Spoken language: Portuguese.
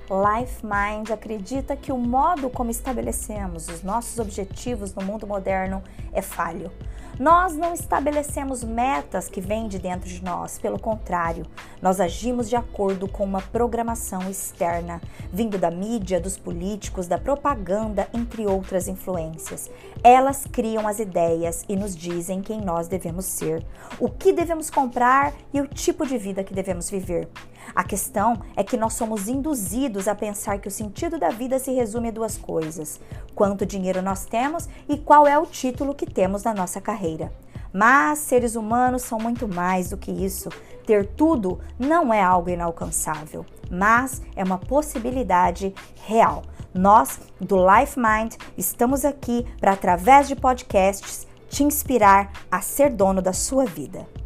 Life Mind acredita que o modo como estabelecemos os nossos objetivos no mundo moderno é falho. Nós não estabelecemos metas que vêm de dentro de nós, pelo contrário, nós agimos de acordo com uma programação externa, vindo da mídia, dos políticos, da propaganda, entre outras influências. Elas criam as ideias e nos dizem quem nós devemos ser, o que devemos comprar e o tipo de vida que devemos viver. A questão é que nós somos induzidos a pensar que o sentido da vida se resume a duas coisas: quanto dinheiro nós temos e qual é o título que temos na nossa carreira. Mas seres humanos são muito mais do que isso. Ter tudo não é algo inalcançável, mas é uma possibilidade real. Nós, do Life Mind, estamos aqui para, através de podcasts, te inspirar a ser dono da sua vida.